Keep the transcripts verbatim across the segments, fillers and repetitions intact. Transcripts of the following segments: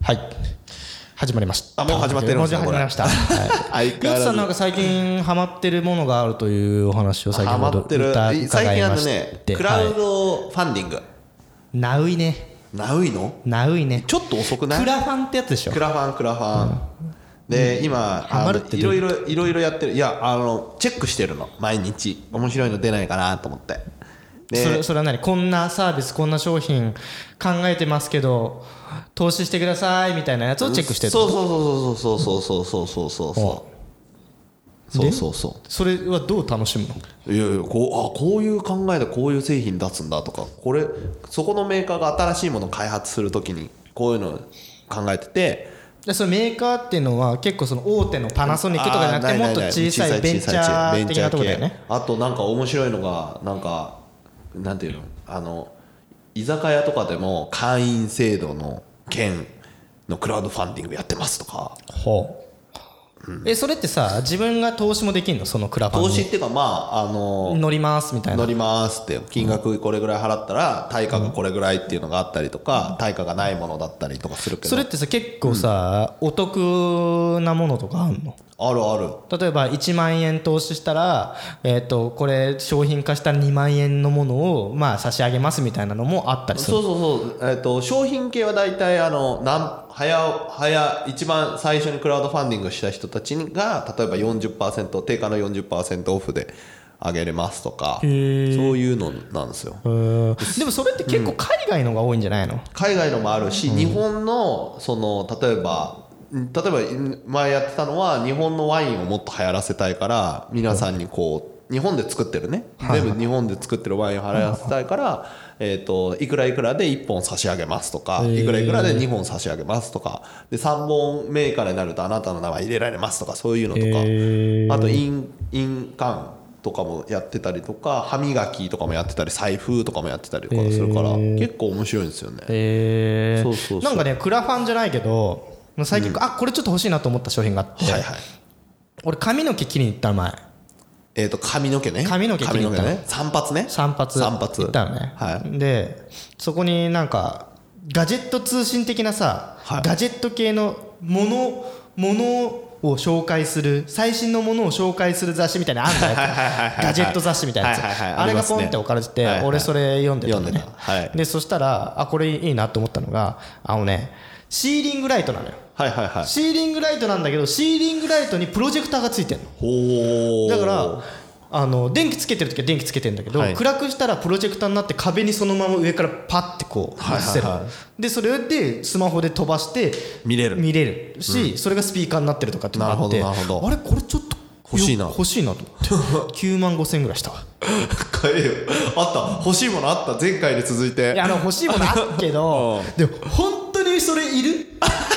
はい始まりました。 あ、もう始まってるんですね。 もう始まりました。はい。ヨッツさんなんか最近ハマってるものがあるというお話を最近ほど伺いまして。 ハマってる最近あのね、クラウドファンディング。 ナウイね。 ナウイの？ ナウイね。 ちょっと遅くない？ クラファンってやつでしょ。 クラファンクラファン。で今いろいろいろいろやってる。いやあのチェックしてるの毎日。面白いの出ないかなと思って。でそれそれは何？こんなサービスこんな商品考えてますけど投資してくださいみたいなやつをチェックしてる。 そうそうそうそうそうそうそうそうそうそうそうそうそう。 それはどう楽しむの？ いやいやこうあこういう考えでこういう製品出すんだとか、これそこのメーカーが新しいものを開発するときにこういうのを考えてて。 でそのメーカーっていうのは結構その大手のパナソニックとかじゃなくてもっと小さいベンチャー的なところだよね。 あとなんか面白いのがなんかなんていうの、あの居酒屋とかでも会員制度の券のクラウドファンディングやってますとか。 ほう。うん、えそれってさ自分が投資もできるの？そのクラファンに投資っていうかまああの乗りますみたいな。 乗りますって金額これぐらい払ったら対価がこれぐらいっていうのがあったりとか、対価がないものだったりとかするけど、 それってさ結構さ、うん、お得なものとかあるの？ あるある。 例えばいちまんえん投資したら、えー、とこれ商品化したらにまんえんのものをまあ差し上げますみたいなのもあったりする。 そうそうそう、えー、と商品系は大体あのなん早早一番最初にクラウドファンディングした人たちが例えば よんじゅっパーセント 定価の よんじゅっパーセント オフであげれますとか、そういうのなんですよ。 でもそれって結構海外のが多いんじゃないの？うん、 海外のもあるし、うん、日本のその例えば例えば前やってたのは日本のワインをもっと流行らせたいから皆さんにこう日本で作ってるね、全部日本で作ってるワインを流行らせたいからえといくらいくらでいっぽん差し上げますとか、いくらいくらでにほん差し上げますとかでさんぼん銘柄になるとあなたの名前入れられますとか、そういうのとか、あと印印鑑とかもやってたりとか歯磨きとかもやってたり財布とかもやってたりとかするから結構面白いんですよね。 へー。そうそうそう。なんかねクラファンじゃないけど最近、うん、あこれちょっと欲しいなと思った商品があって、はいはい、俺髪の毛切りに行ったの前。 えー、と髪の毛ね髪の毛切りに行ったのね。 散髪ね散髪散髪行ったのね、はい、でそこになんかガジェット通信的なさ、はい、ガジェット系のものものを紹介する最新のものを紹介する雑誌みたいなのあるんだよガジェット雑誌みたいなやつ、はいはいはい、あれがポンって置かれてて、はいはい、俺それ読んでたのね、はい、でそしたらあこれいいなと思ったのがあのねシーリングライトなのよ。 はいはいはい、 シーリングライトなんだけどシーリングライトにプロジェクターがついてるの。 ほだからあの電気つけてる時は電気つけてるんだけど、はい、暗くしたらプロジェクターになって壁にそのまま上からパッてこう映せる、はいはいはい、でそれでスマホで飛ばして見れる見れるし、うん、それがスピーカーになってるとかってのがあって、あれこれちょっと欲しいな欲しいなと思ってきゅうまんごせんえんぐらいしたわ買えよ。あった欲しいものあった前回に続いて。 いやあの欲しいものあるけどでも本当にそれいる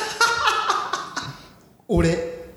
俺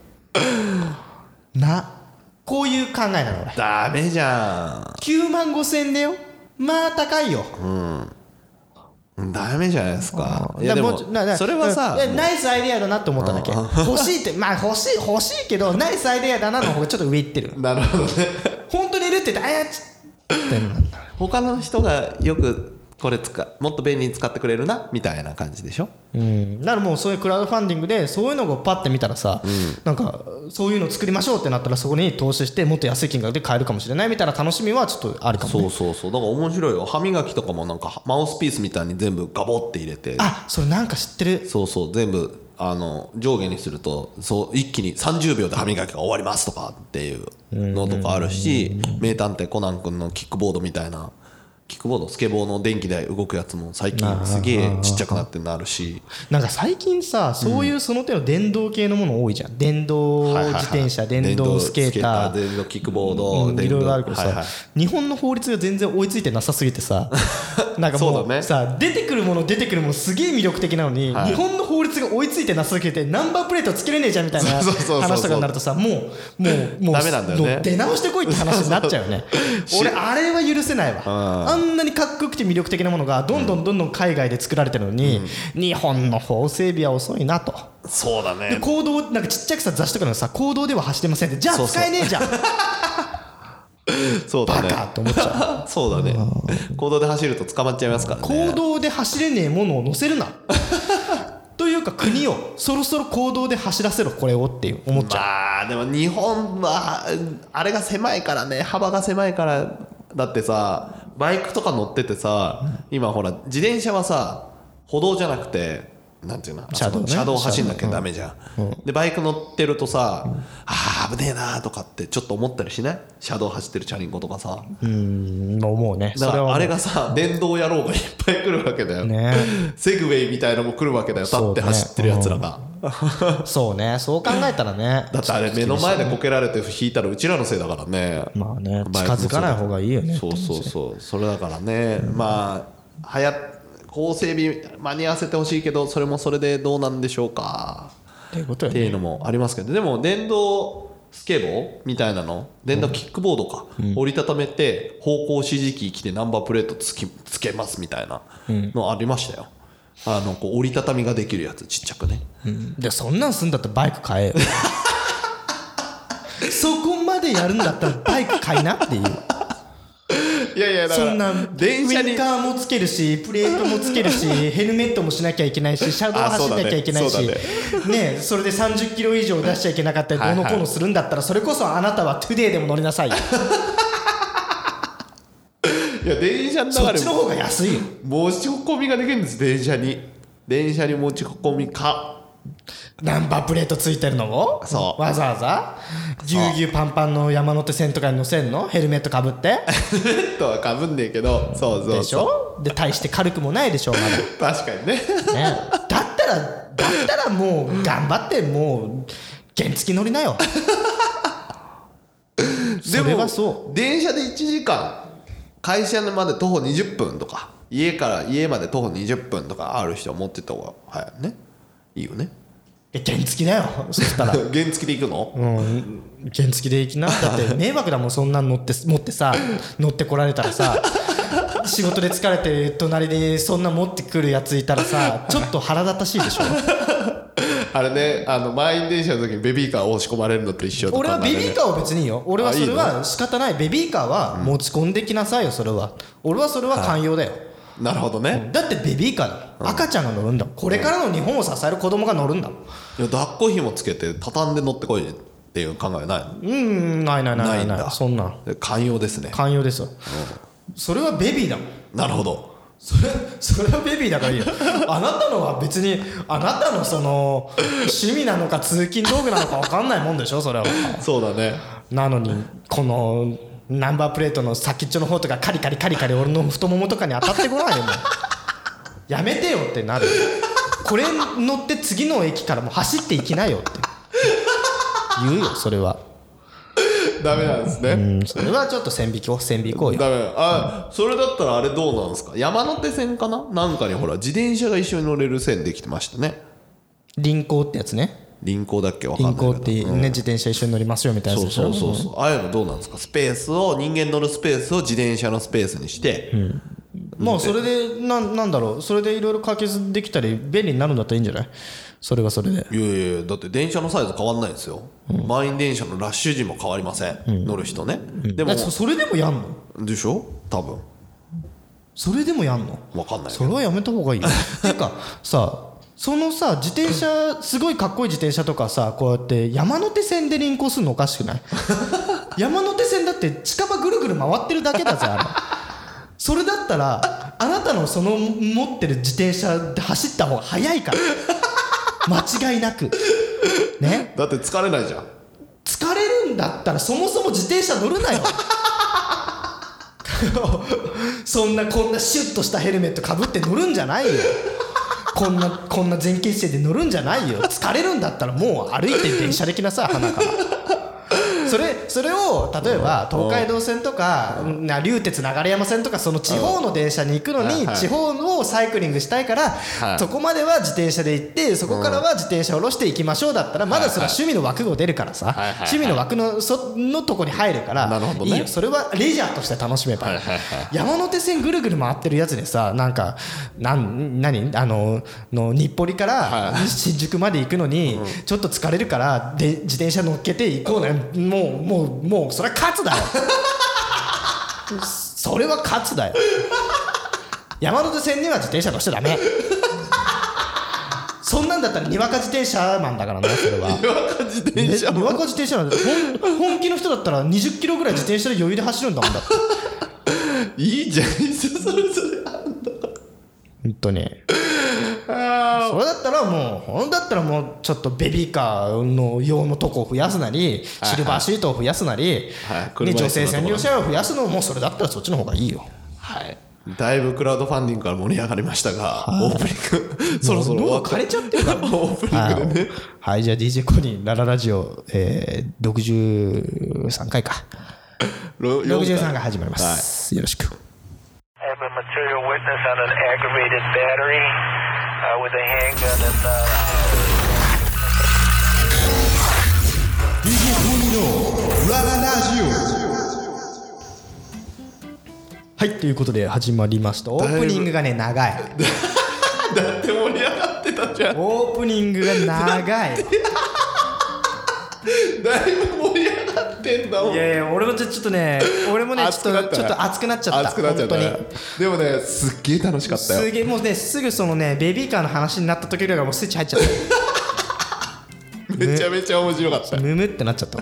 なこういう考えなの俺。 ダメじゃん。 きゅうまんごせんえんだよ。まあ高いよ。 うんダメじゃないですか。いやでもそれはさナイスアイデアだなって思っただけ。欲しいってまあ欲しい欲しいけどナイスアイデアだなの方がちょっと上いってる。 なるほどね。 本当にいるって言ってあやちって他の人がよくこれ使もっと便利に使ってくれるなみたいな感じでしょ。 うん、だからもうそういうクラウドファンディングでそういうのをパッて見たらさ、うん、なんかそういうのを作りましょうってなったらそこに投資してもっと安い金額で買えるかもしれないみたいな楽しみはちょっとあるかもね。 そうそうそうだから面白いよ。歯磨きとかもなんかマウスピースみたいに全部ガボって入れて、 あそれなんか知ってる。 そうそう全部あの上下にするとそう一気にさんじゅうびょうで歯磨きが終わりますとかっていうのとかあるし、名探偵コナン君のキックボードみたいなキックボードスケボーの電気で動くやつも最近すげえちっちゃくなってなるし、 なんか最近さそういうその手の電動系のもの多いじゃん。電動自転車、電動スケーター、 電動キックボード、 うん、いろいろあるけどさ、はいはい、日本の法律が全然追いついてなさすぎてさなんかもうね、 さ出てくるもの出てくるものすげえ魅力的なのに、はい、日本の法律が追いついてなさすぎてナンバープレートつけれねえじゃんみたいな話とかになるとさもうもうもうダメなんだよね。 出直してこいって話になっちゃうよね俺あれは許せないわ。あんなにかっこよくて魅力的なものがどんどんどんどん海外で作られてるのに、うん、日本の法整備は遅いなと。 そうだね。 で公道なんかちっちゃくさ雑誌とかのさ公道では走ってませんってじゃあ使えねえじゃん。 そうだね。 バカって思っちゃう。 そうだね。公道で走ると捕まっちゃいますからね。 公道で走れねえものを乗せるなといいうか国をそろそろ公道で走らせろこれをって思っちゃう。 まあでも日本はあれが狭いからね、幅が狭いから。だってさバイクとか乗っててさ、今ほら自転車はさ歩道じゃなくてなんていうの車道ね、 車道走んなきゃダメじゃん、うんうん、でバイク乗ってるとさ、うん、あー危ねえなとかってちょっと思ったりしない？車道走ってるチャリンコとかさ、 うーん思うね。 だからあれがさ電動野郎がいっぱい来るわけだよ、ね、セグウェイみたいなのも来るわけだよ、立って走ってるやつらが。 そうね、そう考えたらねだってあれ目の前でこけられて引いたらうちらのせいだからね。 まあね、近づかない方がいいよね。 そうそうそう、それだからね、うん、まあはや法整備間に合わせてほしいけど、それもそれでどうなんでしょうかっていうことよね、 っていうのもありますけど、でも電動スケボーみたいなの、電動キックボードか、うん、折りたためて方向指示器来てナンバープレートつきつけますみたいなのありましたよ。あのこう折りたたみができるやつ、ちっちゃくね、 うん、でそんなんすんだったらバイク買えよそこまでやるんだったらバイク買いなっていう。 いやいやだからそんな電車にウインカーもつけるしプレートもつけるしヘルメットもしなきゃいけないし車道走んなきゃいけないし、ねね、それでさんじゅっキロ以上出しちゃいけなかったりどうのこうのするんだったら、それこそあなたはトゥデイでも乗りなさいよいや電車の中でそっちの方が安いよ。 持ち込みができるんです。電車に電車に持ち込みかナンバープレートついてるのをそうわざわざぎゅうぎゅうパンパンの山手線とかに乗せんの？ヘルメットかぶってヘルメットはかぶんねえけど、そうそうそうでしょ。で大して軽くもないでしょまだ確かに ね, ねだったらだったらもう頑張ってもう原付乗りなよそれはそう。 電車でいちじかん会社まで徒歩にじゅっぷんとか家から家まで徒歩にじゅっぷんとかある人は持ってった方が早いね、いいよね。 原付だよそしたら原付で行くの？ うん、原付で行きな。だって迷惑だもんそんなん乗って持ってさ乗ってこられたらさ仕事で疲れて隣でそんな持ってくるやついたらさちょっと腹立たしいでしょあれね、あの満員電車の時にベビーカーを押し込まれるのと一緒とか、ね、 俺はベビーカーは別にいいよ。俺はそれは仕方ない。ベビーカーは持ち込んできなさいよ。それは俺はそれは寛容だよ、はい、 なるほどね。 だってベビーカーだ、うん、赤ちゃんが乗るんだもん。これからの日本を支える子供が乗るんだもん。 いや抱っこ紐つけて畳んで乗ってこいっていう考えないの？ うんないないないないない。そんな寛容ですね。 寛容ですよ、うん、それはベビーだもん。 なるほど。 それそれはベビーだからいいよあなたのは別にあなたのその趣味なのか通勤道具なのか分かんないもんでしょそれは。 そうだね。 なのにこのナンバープレートの先っちょの方とかカリカリカリカリ俺の太ももとかに当たってこないよもうやめてよってなる。これ乗って次の駅からもう走っていきなよって言うよそれは。 ダメなんですね。 うん、それはちょっと線引きを線引こうよ。 ダメ。あ、それだったらあれどうなんですか。山手線かな、なんかにほら自転車が一緒に乗れる線できてましたね。 輪行ってやつね。 輪行だっけ、わかんないけど。 輪行ってね、うん、自転車一緒に乗りますよみたいなやつでしょ。 そうそうそうそう、うん、ああいうのどうなんですか。スペースを人間乗るスペースを自転車のスペースにして、うん、 まあそれでな、なんだろう、それでいろいろ解決できたり便利になるんだったらいいんじゃない。それはそれで。 いやいやだって電車のサイズ変わんないんですよ、うん、満員電車のラッシュ時も変わりません、うん、乗る人ね、うん、でもそれでもやんのでしょ多分。 それでもやんの分かんないけどそれはやめた方がいいよていうかさ、そのさ自転車すごいかっこいい自転車とかさ、こうやって山手線で輪行するのおかしくない山手線だって近場ぐるぐる回ってるだけだぜあれそれだったらあなたのその持ってる自転車で走った方が早いから間違いなくね。 だって疲れないじゃん。 疲れるんだったらそもそも自転車乗るなよそんなこんなシュッとしたヘルメットかぶって乗るんじゃないよこんなこんな前傾姿勢で乗るんじゃないよ。疲れるんだったらもう歩いて電車で来なさい鼻からそれそれを例えば東海道線とか流鉄流山線とかその地方の電車に行くのに地方をサイクリングしたいからそこまでは自転車で行ってそこからは自転車を下ろしていきましょうだったらまだそれは趣味の枠を出るからさ、趣味の枠のそのとこに入るからいいよ。それはレジャーとして楽しめば。山手線ぐるぐる回ってるやつでさ、なんかなん何あのの日暮里から新宿まで行くのにちょっと疲れるからで自転車乗っけて行こうね。もうもうもうそれは勝つだよそれは勝つだよ。山手線には自転車乗しちゃダメそんなんだったらにわか自転車マンだからなそれは。 にわか自転車マン、 にわか自転車なんだ本本気の人だったらにじゅっキロぐらい自転車で余裕で走るんだもんだっていいじゃんそれそれ本当にあそれだったらもうほんだったらもうちょっとベビーカーの用のとこを増やすなりシルバーシートを増やすなり、はいね、女性専用車を増やすのもそれだったらそっちの方がいいよ。 はいだいぶクラウドファンディングから盛り上がりましたが、はい、オープニングそろそろ脳が枯れちゃってるからオープニングでねはい、はい、じゃあ ディージェー コニーラララジオ、えー、ろくじゅうさんかいかろくじゅうさんが始まります、はい、よろしく。ディージェー コニーのラララジオ。はいということで始まりました。オープニングがね長いだって盛り上がってたじゃん。 オープニングが長いだいぶ盛り上がってんだもん。 いやいや俺もちょっとね俺もねちょっとちょっと熱くなっちゃった。 熱くなっちゃったね。でもねすっげえ楽しかったよ。 すげえもうねすぐそのねベビーカーの話になった時ぐらいがもうスイッチ入っちゃっためちゃめちゃ面白かった。 ムムってなっちゃった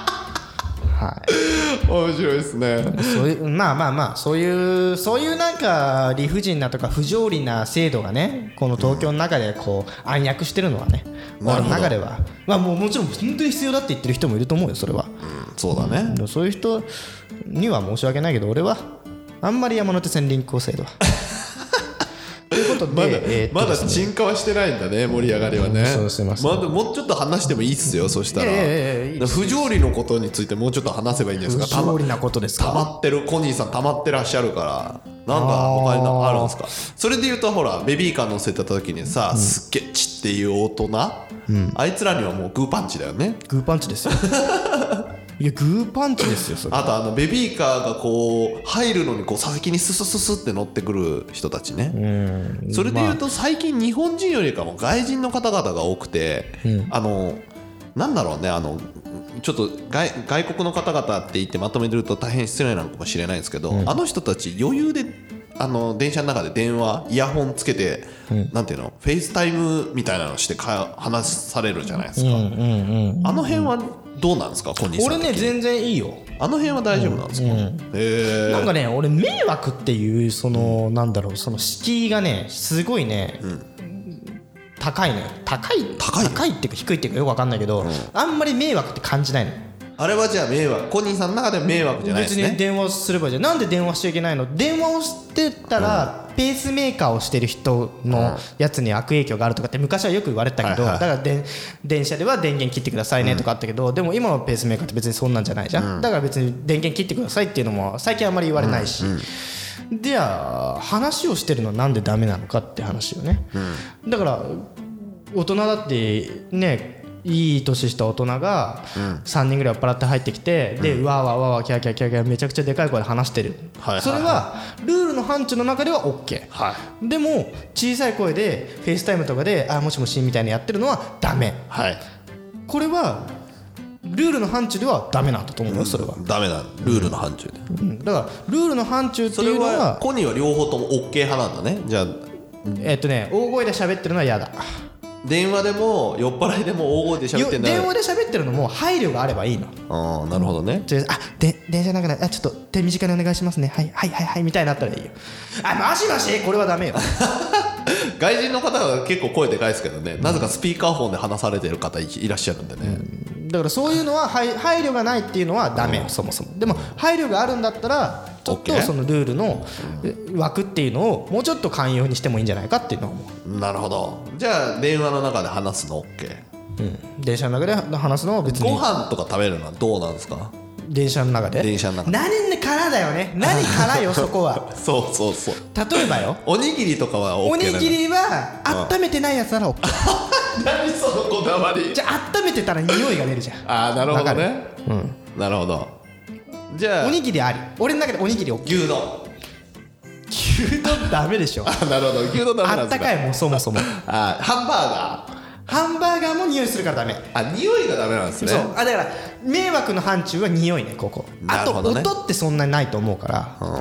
はい面白いですね。 そういうまあまあまあそういうそういうなんか理不尽なとか不条理な制度がねこの東京の中でこう暗躍してるのはね、うん、俺の中ではまあもうもちろん本当に必要だって言ってる人もいると思うよそれは、 うん、そうだね、 うん、そういう人には申し訳ないけど俺はあんまり山手線臨港制度はということでまだ、 えーまだ沈下はしてないんだね盛り上がりはね。 そうすいません。 まだもうちょっと話してもいいっすよ。そしたら、えー、不条理のことについてもうちょっと話せばいいんですか。 不条理なことですか。 溜まってるコニーさん溜まってらっしゃるからなんか他にあるんですか。それで言うとほらベビーカー乗せた時にさ、うん、すっげえチっていう大人、うん、あいつらにはもうグーパンチだよね。 グーパンチですよいやグーパンチですよそれ。 あとあのベビーカーがこう入るのにこう座席にススススって乗ってくる人たちね。うんそれでいうと最近日本人よりかも外人の方々が多くて、うん、あのなんだろうねあのちょっと 外, 外国の方々って言ってまとめてると大変失礼なのかもしれないんですけど、うん、あの人たち余裕であの電車の中で電話イヤホンつけて、うん、なんていうのフェイスタイムみたいなのしてか話されるじゃないですか、うんうんうん、あの辺はどうなんですかコニーさん。 俺ね全然いいよ。 あの辺は大丈夫なんですか、うんうん、へなんかね俺迷惑っていうその、うん、なんだろうその敷居がねすごいね、うん、高いのよ。高い高い高いっていうか低いっていうかよく分かんないけど、うん、あんまり迷惑って感じないの。 あれはじゃあ迷惑コニーさんの中で迷惑じゃないですね。 別に電話すればいいじゃん。なんで電話しちゃいけないの。電話をしてたら、うん、ペースメーカーをしてる人のやつに悪影響があるとかって昔はよく言われてたけど、はいはい、だからで電車では電源切ってくださいねとかあったけど、うん、でも今のペースメーカーって別にそんなんじゃないじゃん、うん、だから別に電源切ってくださいっていうのも最近あんまり言われないし、うんうん、では話をしてるのはなんでダメなのかって話よね、うん、だから大人だってねいい年した大人がさんにんぐらい酔っ払って入ってきて、うん、でうわーわーわーわーキャーキャーキャーキャーめちゃくちゃでかい声で話してる、はいはいはい、それはルールの範疇の中では OK、はい、でも小さい声でフェイスタイムとかであもしもしみたいなやってるのはダメ、はい、これはルールの範疇ではダメなんだと思うよ、うん、それはダメなルールの範疇で、 うん、だからルールの範疇っていうのはそれはコニーは両方とも OK 派なんだね。じゃあえー、っとね大声で喋ってるのは嫌だ。 電話でも酔っ払いでも大声で喋ってんだ。 電話で喋ってるのも配慮があればいいの。 ああなるほどね。 あで電車の中であちょっと手短にお願いしますねはいはいはいはいみたいになったらいいよ。あマジマジこれはダメよ外人の方は結構声でかいですけどね、うん、なぜかスピーカーフォンで話されてる方いらっしゃるんでね、 うん、だからそういうのは配慮がないっていうのはダメよ、うん、そもそも。でも配慮があるんだったらちょっとそのルールの枠っていうのをもうちょっと寛容にしてもいいんじゃないかっていうのは思う。なるほど。じゃあ電話の中で話すの OK、 うん、電車の中で話すのは別に。 ご飯とか食べるのはどうなんですか。 電車の中で電車の中で何からだよね。何からよそこはそうそうそう。 例えばよおにぎりとかは OK なの。 おにぎりは温めてないやつなら OK 何そのこだわり。 じゃあ温めてたら匂いが出るじゃん。 ああなるほどね、うん、なるほど。じゃあおにぎりあり。俺の中でおにぎり OK。 牛丼牛丼ダメでしょあなるほど牛丼ダメなんですか。 あったかいもんそもそもあハンバーガーハンバーガーも匂いするからダメ。 あ匂いがダメなんですね。 そうあだから迷惑の範疇は匂いねここ。あと音ってそんなにないと思うから、うん、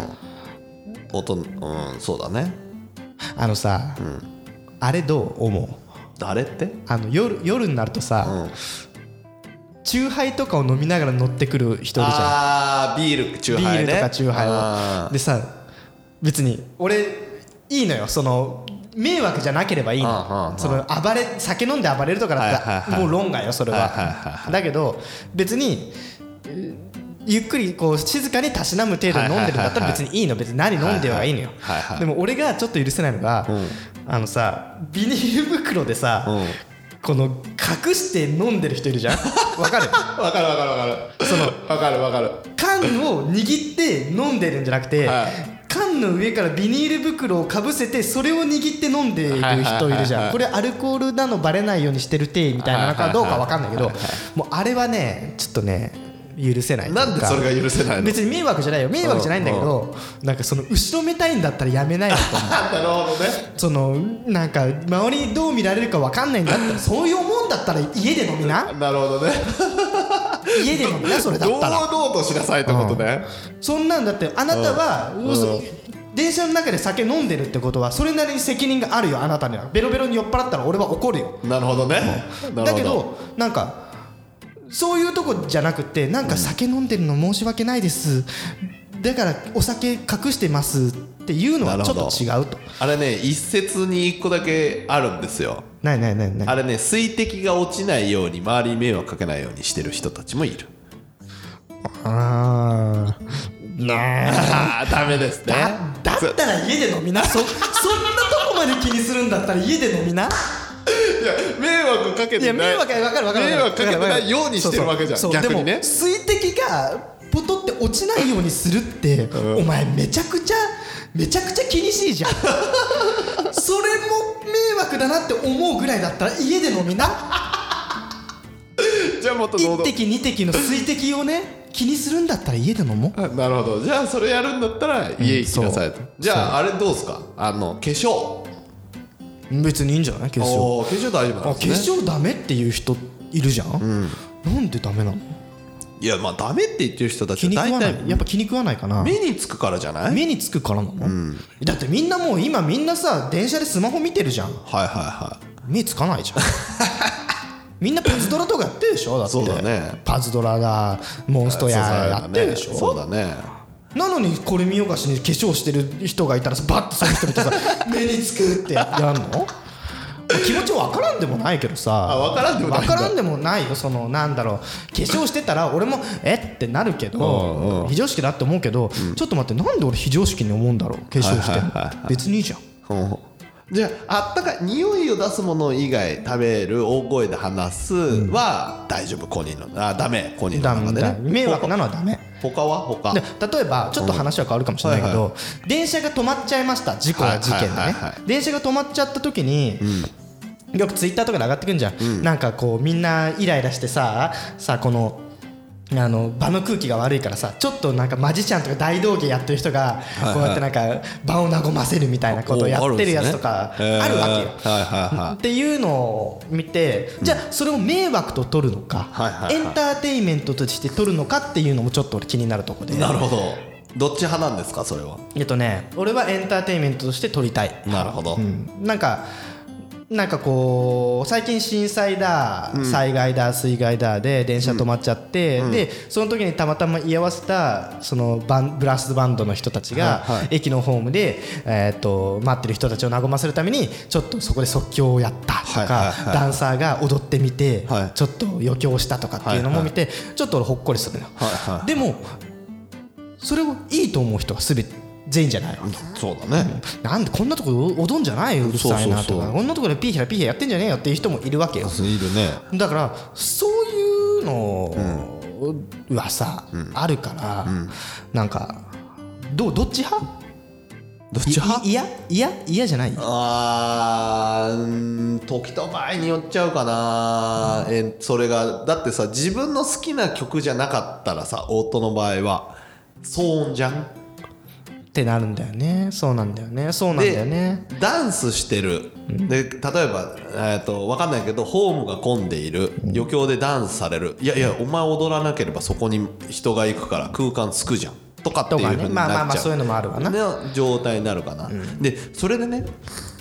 音うんそうだね。 あのさ、うん、あれどう思う誰って？ あの 夜, 夜になるとさ、うん、チューハイとかを飲みながら乗ってくる人いるじゃん。 あービールチューハイね。 ビールとかチューハイをでさ、別に俺いいのよ、その迷惑じゃなければいいの、うんうん、その暴れ酒飲んで暴れるとかだったら、はいはいはい、もう論外よそれは、はいはいはいはい、だけど別にゆっくりこう静かにたしなむ程度に飲んでるんだったら別にいいの、別に何飲んでよがいいのよ、はいはい、でも俺がちょっと許せないのが、うん、あのさビニール袋でさ、うん、この隠して飲んでる人いるじゃん。わかるわかるわかるわかるそのわかるわかる缶を握って飲んでるんじゃなくて、はい、缶の上からビニール袋をかぶせてそれを握って飲んでる人いるじゃん。これアルコールなのバレないようにしてる体みたいなのかどうかわかんないけど、もうあれはねちょっとね許せない。 なんでそれが許せないの？ 別に迷惑じゃないよ、迷惑じゃないんだけど、なんかその後ろめたいんだったらやめないよと思う。 なるほどね。 そのなんか周りにどう見られるか分かんないんだったらそういうもんだったら家で飲みな。 なるほどね。 家で飲みな、それだったら堂々としなさいってことね、 うん、そんなんだってあなたは、うんうん、電車の中で酒飲んでるってことはそれなりに責任があるよ。あなたにはベロベロに酔っ払ったら俺は怒るよ。 なるほどね、 うん、だけどなんかそういうとこじゃなくて、なんか酒飲んでるの申し訳ないです、だからお酒隠してますっていうのはちょっと違うと。 あれね一説に一個だけあるんですよ。 ないないないない。 あれね水滴が落ちないように周りに迷惑かけないようにしてる人たちもいる。 あーなあダメですね。 だ, だったら家で飲みな。 そ, そんなとこまで気にするんだったら家で飲みな。 いや迷惑かけてない。いや迷惑分かる分かる迷惑かけてないようにしてるわけじゃん。そうそうそう逆にね。 でも水滴がポトって落ちないようにするって、うん、お前めちゃくちゃめちゃくちゃ気にしいじゃん。それも迷惑だなって思うぐらいだったら家で飲みな。 じゃあもっとどうぞ。 いってきにてきの水滴をね気にするんだったら家で飲もう。 なるほど。じゃあそれやるんだったら家行きなさいと、うん、じゃああれどうすか、あの化粧。 別にいいんじゃない？化粧。 化粧大丈夫なんですね。 化粧ダメっていう人いるじゃん、うん、なんでダメなの？ いやまあダメって言ってる人たちは大体やっぱ気に食わないかな。 目につくからじゃない？ 目につくからなの、うん、だってみんなもう今みんなさ電車でスマホ見てるじゃん。 はいはいはい。 目つかないじゃん。みんなパズドラとかやってるでしょ。だってそうだね。 パズドラだモンストややってるでしょ。 そうだね。 なのにこれ見よがしに化粧してる人がいたらバッとその人見てさ目につくってやんの？気持ち分からんでもないけどさ。 あ分からんでもないんだ。 分からんでもないよ。そのなんだろう化粧してたら俺もえってなるけど非常識だって思うけど、うん、ちょっと待ってなんで俺非常識に思うんだろう化粧してるの別にいいじゃん、うん、 じゃああったかい匂いを出すもの以外食べる大声で話すは大丈夫、公認のあダメ公認の中でね。 迷惑なのはダメ。 他は他で例えばちょっと話は変わるかもしれないけど、うんはいはい、電車が止まっちゃいました。事故や事件でね、はいはいはいはい、電車が止まっちゃった時に、うん、よくツイッターとかで上がってくんじゃん、うん、なんかこうみんなイライラしてささこのあの場の空気が悪いからさちょっとなんかマジシャンとか大道芸やってる人がこうやってなんか場を和ませるみたいなことをやってるやつとかあるわけよっていうのを見て、じゃあそれを迷惑と取るのかエンターテインメントとして取るのかっていうのもちょっと俺気になるところで。 なるほど。どっち派なんですかそれは。 えっとね俺はエンターテインメントとして取りたい。 なるほど、 うん、なんかなんかこう最近震災だ、うん、災害だ水害だで電車止まっちゃって、うん、でその時にたまたま居合わせたそのバンブラスバンドの人たちが、はいはい、駅のホームで、えー、と待ってる人たちを和ませるためにちょっとそこで即興をやったとか、はいはいはい、ダンサーが踊ってみて、はい、ちょっと余興したとかっていうのも見て、はいはい、ちょっとほっこりするの、はいはい、でもそれをいいと思う人が全て全員じゃない。 そうだね。 なんでこんなとこ踊んじゃないようるさいなとかこんなとこでピーヒャラピーヒャラやってんじゃねえよっていう人もいるわけよ。 いるね。 だからそういうのはさ、うん、あるから、うん、なんかどうどっち派？ どっち派？ いやいや嫌じゃない？ あー時と場合によっちゃうかな、うん、えそれがだってさ自分の好きな曲じゃなかったらさ夫の場合は騒音じゃんってなるんだよね。そうなんだよね。そうなんだよね。 でダンスしてる、うん、で例えば、えー、と分かんないけどホームが混んでいる、うん、余興でダンスされる。いやいやお前踊らなければそこに人が行くから空間つくじゃんとかっていう風になっちゃう、 まあまあまあそういうのもあるわなの状態になるかな、うん、でそれでね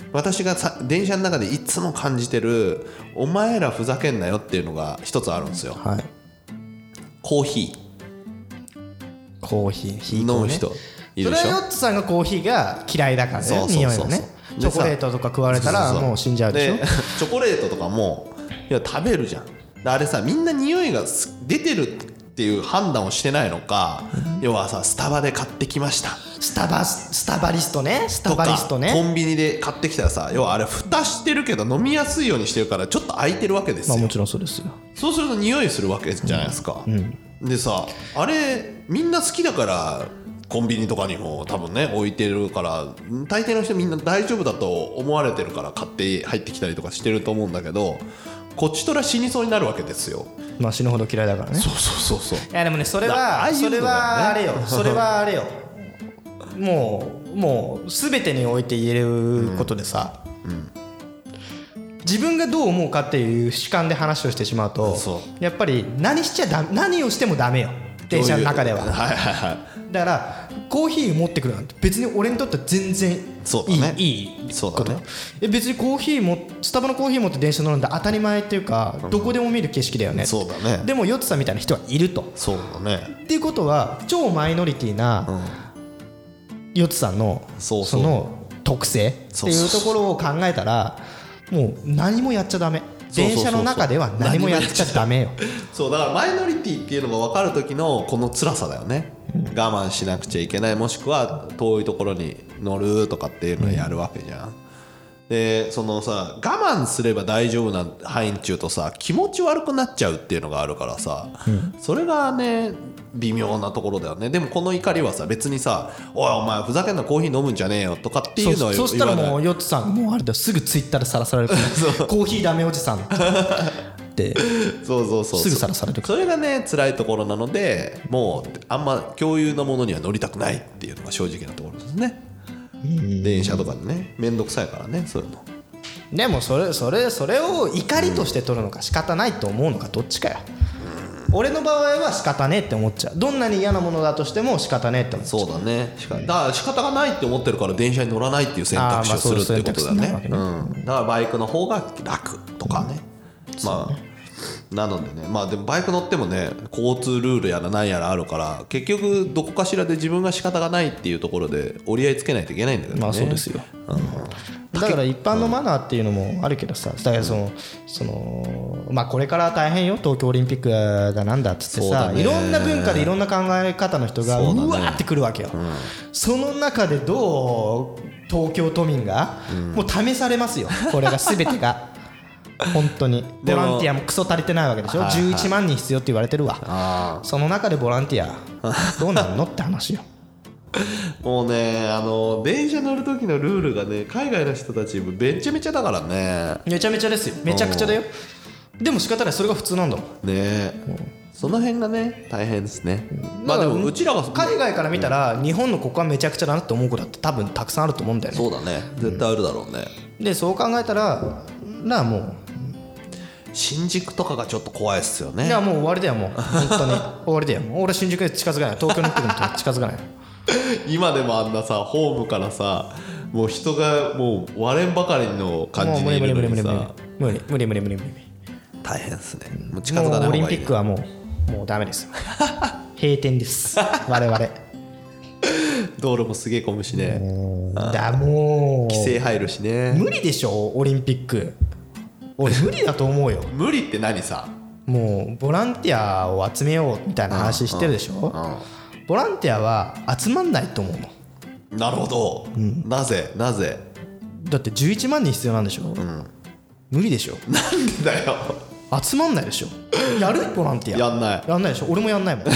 私がさ電車の中でいつも感じてるお前らふざけんなよっていうのが一つあるんですよ、 はい、 コーヒーコーヒー飲む人いるでしょ。 それはヨッツさんがコーヒーが嫌いだからね。 そうそうそうそう匂いがねチョコレートとか食われたらもう死んじゃうでしょ。 でチョコレートとかもいや食べるじゃん。あれさみんな匂いが出てるっていう判断をしてないのか、うん、要はさスタバで買ってきましたスタバスタバリストねスタバリストねコンビニで買ってきたらさ要はあれ蓋してるけど飲みやすいようにしてるからちょっと開いてるわけですよ。 まあもちろんそうですよ。 そうすると匂いするわけじゃないですか、うんうん、でさあれみんな好きだからコンビニとかにも多分ね置いてるから大抵の人みんな大丈夫だと思われてるから買って入ってきたりとかしてると思うんだけどこっちとら死にそうになるわけですよ。 まあ死ぬほど嫌いだからね。 そうそうそうそう。 いやでもねそれはそれはあれよそれはあれよもうもう全てにおいて言えることでさ、うんうん、自分がどう思うかっていう主観で話をしてしまうとやっぱり何しちゃダメ何をしてもダメよ電車の中では。はいはいはい。だからコーヒー持ってくるなんて別に俺にとっては全然いいそうだねいいそうだね。 え別にコーヒーもスタバのコーヒー持って電車乗るんだ当たり前っていうか、うん、どこでも見る景色だよね。 そうだね。 でもヨッツさんみたいな人はいると。 そうだね。 っていうことは超マイノリティな、うん、ヨッツさんのそうそうその特性っていうところを考えたらもう何もやっちゃダメ。電車の中では何もやっちゃダメよ。 そうだからマイノリティっていうのが分かる時のこの辛さだよね、うん、我慢しなくちゃいけないもしくは遠いところに乗るとかっていうのをやるわけじゃん、うん、でそのさ我慢すれば大丈夫な範囲中とさ気持ち悪くなっちゃうっていうのがあるからさ、うん、それがね微妙なところだよね。でもこの怒りはさ別にさおいお前ふざけんなコーヒー飲むんじゃねえよとかっていうのは言わない。 そ, そしたらもうヨッツさんもうあれだすぐツイッターでさらされるからコーヒーダメおじさんってそうそうそうすぐさらされるからそれがね辛いところなのでもうあんま共有のものには乗りたくないっていうのが正直なところですね。電車とかでねめんどくさいからねそういうの。 でもそれそれそれを怒りとして取るのか仕方ないと思うのかどっちかよ。俺の場合は仕方ねえって思っちゃう。どんなに嫌なものだとしても仕方ねえって思っちゃう。 そうだね。だから仕方がないって思ってるから電車に乗らないっていう選択肢をするっていうことだね。うん、だからバイクの方が楽とかね、うん、まあなのでねまあでもバイク乗ってもね交通ルールやら何やらあるから結局どこかしらで自分が仕方がないっていうところで折り合いつけないといけないんだけどね。 まあそうですよ、うん、だから一般のマナーっていうのもあるけどさ、だからそのそのまあこれから大変よ東京オリンピックがなんだっつってさ、いろんな文化でいろんな考え方の人が う,、ね、うわーってくるわけよ、うん、その中でどう東京都民が、うん、もう試されますよこれが全てが本当にボランティアもクソ足りてないわけでしょ、はいはい、じゅういちまんにん必要って言われてるわ。その中でボランティアどうなんのって話よもうねあの電車乗る時のルールがね海外の人たちめちゃめちゃだからね。 めちゃめちゃですよめちゃくちゃだよ。でも仕方ないそれが普通なんだもんねえ、うん、その辺がね大変ですね、うん、まあでもうちらが海外から見たら、うん、日本のここはめちゃくちゃだなって思うことだって多分たくさんあると思うんだよね。 そうだね絶対あるだろうね、 うん、でそう考えたらなあもう新宿とかがちょっと怖いっすよね。 いやもう終わりだよもう本当に終わりだよもう俺新宿で近づかない東京に行ってくると近づかない今でもあんなさホームからさもう人がもう割れんばかりの感じにいるのにさ無理無理無理無理無理大変ですね。もう近づかない方がいい、ね、もうオリンピックはもうもうダメです閉店です我々 道路もすげえ混むしねだもう規制入るしね無理でしょオリンピック俺無理だと思うよ無理って何さもうボランティアを集めようみたいな話してるでしょ、うんうんうん、ボランティアは集まんないと思うの。 なるほど、うん、なぜなぜだってじゅういちまんにん必要なんでしょ、うん、無理でしょ。 なんでだよ集まんないでしょ。やるボランティアやんないやんないでしょ。俺もやんないもん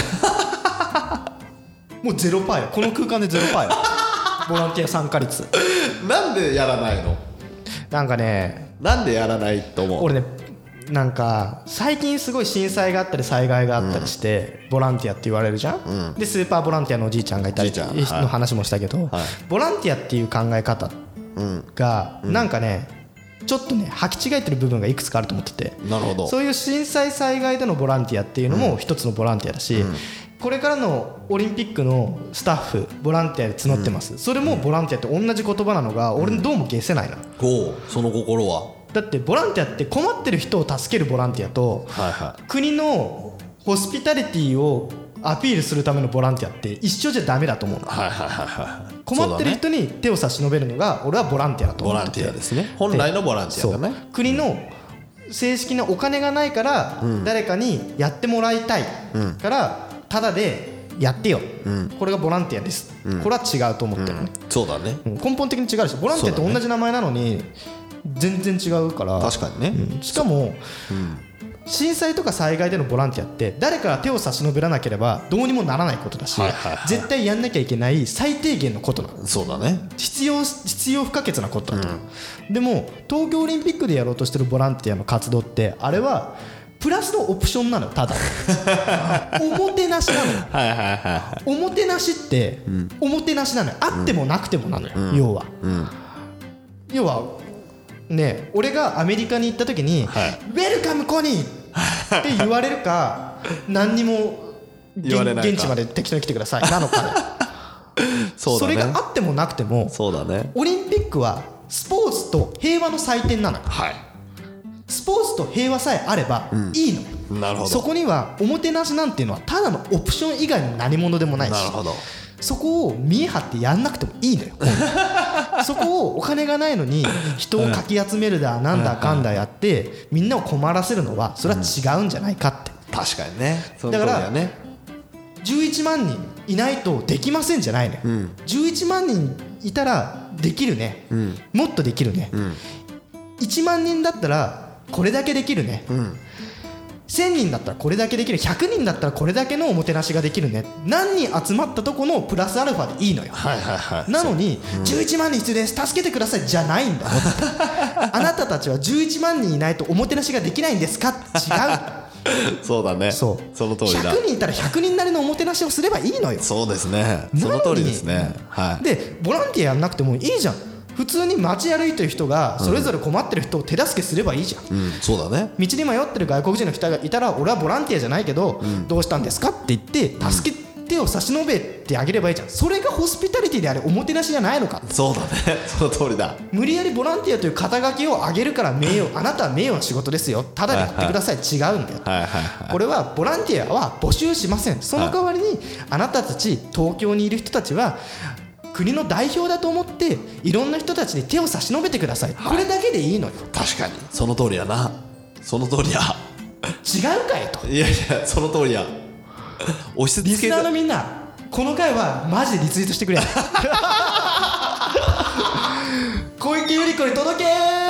もうゼロパーよこの空間でゼロパーよボランティア参加率なんでやらないの。 なんかねなんでやらないと思う。 俺ねなんか最近すごい震災があったり災害があったりして、うん、ボランティアって言われるじゃん、うん、でスーパーボランティアのおじいちゃんがいたりの話もしたけど、はい、ボランティアっていう考え方がなんかねちょっとね履き違えてる部分がいくつかあると思ってて。 なるほど。 そういう震災災害でのボランティアっていうのも一つのボランティアだし、うん、 これからのオリンピックのスタッフボランティアで募ってます、うん、それもボランティアって同じ言葉なのが俺どうも消せないな、 うん、おその心はだってボランティアって困ってる人を助けるボランティアと、はいはい、国のホスピタリティをアピールするためのボランティアって一緒じゃダメだと思うの、はいはいはいはい、困ってる人に手を差し伸べるのが俺はボランティアだと思ってて、 ボランティアですね、本来のボランティアだね。 国の正式なお金がないから誰かにやってもらいたいからタダでやってよ、うん、これがボランティアです、うん、これは違うと思ってるね、 うん、そうだね、 根本的に違うし、ボランティアって同じ名前なのに全然違うから、 確かにね、 うん、しかも、うん、震災とか災害でのボランティアって誰かが手を差し伸べらなければどうにもならないことだし、はいはいはい、絶対やんなきゃいけない最低限のことなの。 そうだね、 必要必要不可欠なことだと、うん、でも東京オリンピックでやろうとしてるボランティアの活動ってあれはプラスのオプションなのよ、ただおもてなしなのよはいはいはい、はい、おもてなしって、うん、おもてなしなのよ、あってもなくてもなのよ、うん、要は、うん、要はね、俺がアメリカに行った時に、はい、ウェルカムコニーって言われるか何にも言われないか、現地まで適当に来てくださいなのかそうだね、それがあってもなくても、 そうだね、 オリンピックはスポーツと平和の祭典なのよ、はい、スポーツと平和さえあればいいのよ、うん、なるほど、そこにはおもてなしなんていうのはただのオプション以外の何物でもないし、なるほど、そこを見え張ってやんなくてもいいのよそこをお金がないのに人をかき集めるだなんだかんだやってみんなを困らせるのはそれは違うんじゃないかって、 うん、確かにね、その通りだね、だからじゅういちまんにんいないとできませんじゃないのよ、うん、じゅういちまんにんいたらできるね、うん、もっとできるね、うん、いちまんにんだったらこれだけできるね、うん、せんにんだったらこれだけできる、ひゃくにんだったらこれだけのおもてなしができるね、何人集まったとこのプラスアルファでいいのよ、はいはいはい、なのに、うん、じゅういちまんにん必要です助けてくださいじゃないんだよあなたたちはじゅういちまんにんいないとおもてなしができないんですか、違うそうだね、 そう、 その通りだ、 ひゃくにんいたらひゃくにんなりのおもてなしをすればいいのよ、 そうですね、その通りですね、はい、 でボランティアやんなくてもいいじゃん、普通に街歩いてる人がそれぞれ困ってる人を手助けすればいいじゃん、うん、そうだね、道に迷ってる外国人の人がいたら俺はボランティアじゃないけど、うん、どうしたんですかって言って助けてを差し伸べてあげればいいじゃん、それがホスピタリティであれおもてなしじゃないのか、 そうだね、その通りだ、 無理やりボランティアという肩書きを上げるから名誉、あなたは名誉な仕事ですよ、ただでやってください、はいはい、違うんだよ、はいはいはい、これはボランティアは募集しません、その代わりにあなたたち東京にいる人たちは国の代表だと思っていろんな人たちに手を差し伸べてください、はい、これだけでいいのよ、 確かにその通りやな、その通りや違うかいと、 いやいやその通りや押し付けリスナーのみんなこの回はマジでリツイートしてくれ小池百合子に届け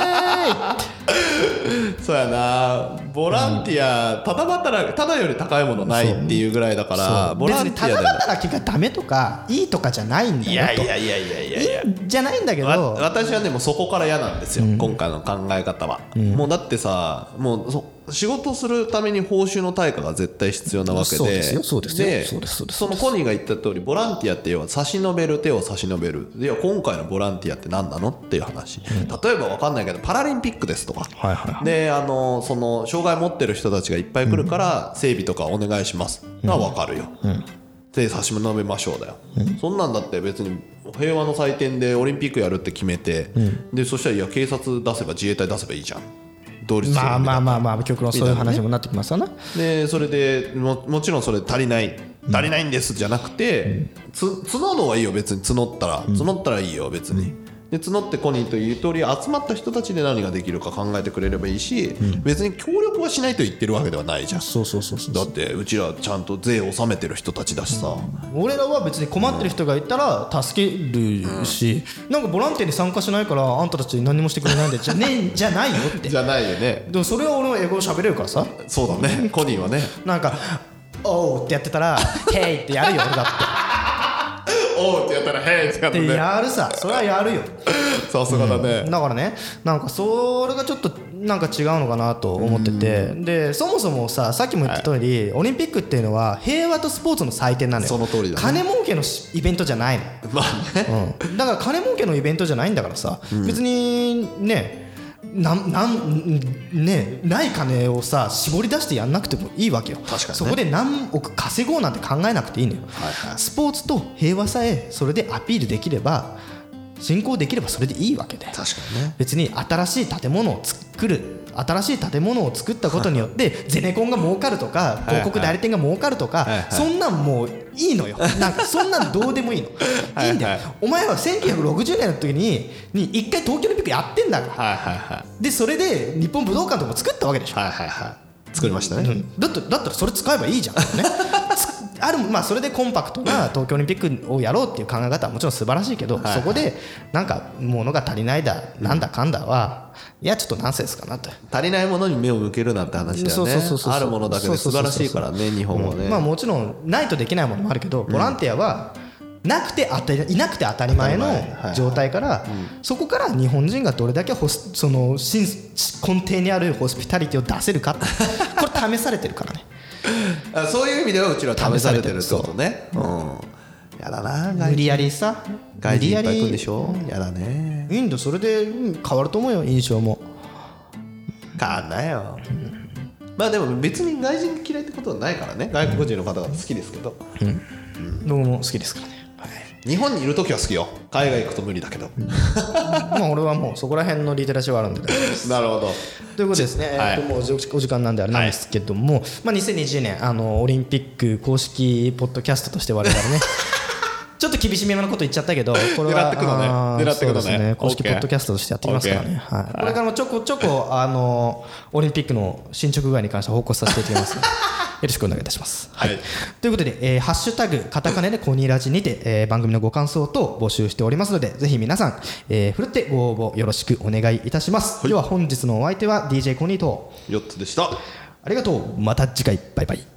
ーそうやな、ボランティア、うん、ただ働きただより高いものないっていうぐらいだからボランティアで別にただ働きがダメとかいいとかじゃないんだよと、いやいやいやいやいやいやいいじゃないんだけど、 私はでもそこから嫌なんですよ、うん、今回の考え方は、うん、もうだってさ、もうそ仕事するために報酬の対価が絶対必要なわけで、そうですよそうですよ、でそうですそうです、そのコニーが言った通りボランティアって要は差し伸べる手を差し伸べる、いや今回のボランティアって何なのっていう話、うん、例えば分かんないけどパラリンピックですとか、はいはいはい、であのその障害持ってる人たちがいっぱい来るから整備とかお願いしますが分かるよ、うんうん、で差し伸べましょうだよ、うん、そんなんだって別に平和の祭典でオリンピックやるって決めて、うん、でそしたらいや警察出せば自衛隊出せばいいじゃん、同率まあまあまあまあ極論そういう話もなってきますよね。 でそれで も, もちろんそれ足りない足りないんですじゃなくて、うん、つ募るのはいいよ別に募ったら募ったらいいよ別に、うん、で募ってコニーという通り集まった人たちで何ができるか考えてくれればいいし、うん、別に協力はしないと言ってるわけではないじゃん。 そうそうそうそう、 だってうちらちゃんと税を納めてる人たちだしさ、 うん、俺らは別に困ってる人がいたら助けるし、うん、なんかボランティアに参加しないからあんたたち何もしてくれないんでじゃねじゃないよってじゃないよね。 でもそれは俺の英語を喋れるからさ。 そうだねコニーはねなんかおうってやってたらヘイってやるよ俺だっておうってやったらヘイってやってねやるさ、それはやるよさすがだね、 うん、だからねなんかそれがちょっとなんか違うのかなと思ってて、でそもそもささっきも言った通り、はい、オリンピックっていうのは平和とスポーツの祭典なのよ。 その通りだね。 金儲けのイベントじゃないの。 まあね、 うん、だから金儲けのイベントじゃないんだからさ、うん、別にねなんなんねない金をさ絞り出してやんなくてもいいわけよ。 確かにね、 そこで何億稼ごうなんて考えなくていいのよ、はいはい、スポーツと平和さえそれでアピールできれば進行できればそれでいいわけで、 確かにね、 別に新しい建物を作る新しい建物を作ったことによってゼネコンが儲かるとか広告代理店が儲かるとかそんなんもういいのよ。なんかそんなんどうでもいいのいいんだよ。お前はせんきゅうひゃくろくじゅうねんの時ににいっかい東京オリンピックやってんだから、はいはいはい、でそれで日本武道館とかも作ったわけでしょ、はいはいはい、 作りましたね、 うん、だってだったらそれ使えばいいじゃんねある、まあ、それでコンパクトな東京オリンピックをやろうっていう考え方はもちろん素晴らしいけど、はいはい、そこでなんか物が足りないだなんだかんだは、いやちょっとナンセンスかなと。 足りないものに目を向けるなんて話だよね。あるものだけで素晴らしいからね、日本はね、 まあ、もちろんないとできないものもあるけど、ボランティアはなくて当たりいなくて当たり前の状態から、そこから日本人がどれだけホスその根底にあるホスピタリティを出せるかこれ試されてるからねそういう意味ではうちら試されてるってことね、うん、やだな、 無理やりさ外人いっぱい来るんでしょ、やだね。 インドそれで変わると思うよ、印象も変わんないよ、うん、まあでも別に外人嫌いってことはないからね、外国人の方が好きですけど、うんうん、 僕も好きですからね、はい、 日本にいるときは好きよ、海外行くと無理だけどまあ俺はもうそこら辺のリテラシーはあるんで大丈夫ですなるほどということですね、はい、えっともうお時間なんであれなんですけども、はい、まあ、にせんにじゅうねんあのオリンピック公式ポッドキャストとして我々ねちょっと厳しめなこと言っちゃったけど、これは狙ってくのね、狙ってくのね、 公式ポッドキャストとしてやっていきますからね、はい、これからもちょこちょこあのオリンピックの進捗具合に関して報告させていただきますのでよろしくお願いいたします、はいはい、ということで、えー、ハッシュタグカタカナでコニラジにて、えー、番組のご感想等募集しておりますので、ぜひ皆さん、えー、ふるってご応募よろしくお願いいたします、はい、では本日のお相手は ディージェー コニーとよっつでした。 ありがとう、また次回、バイバイ。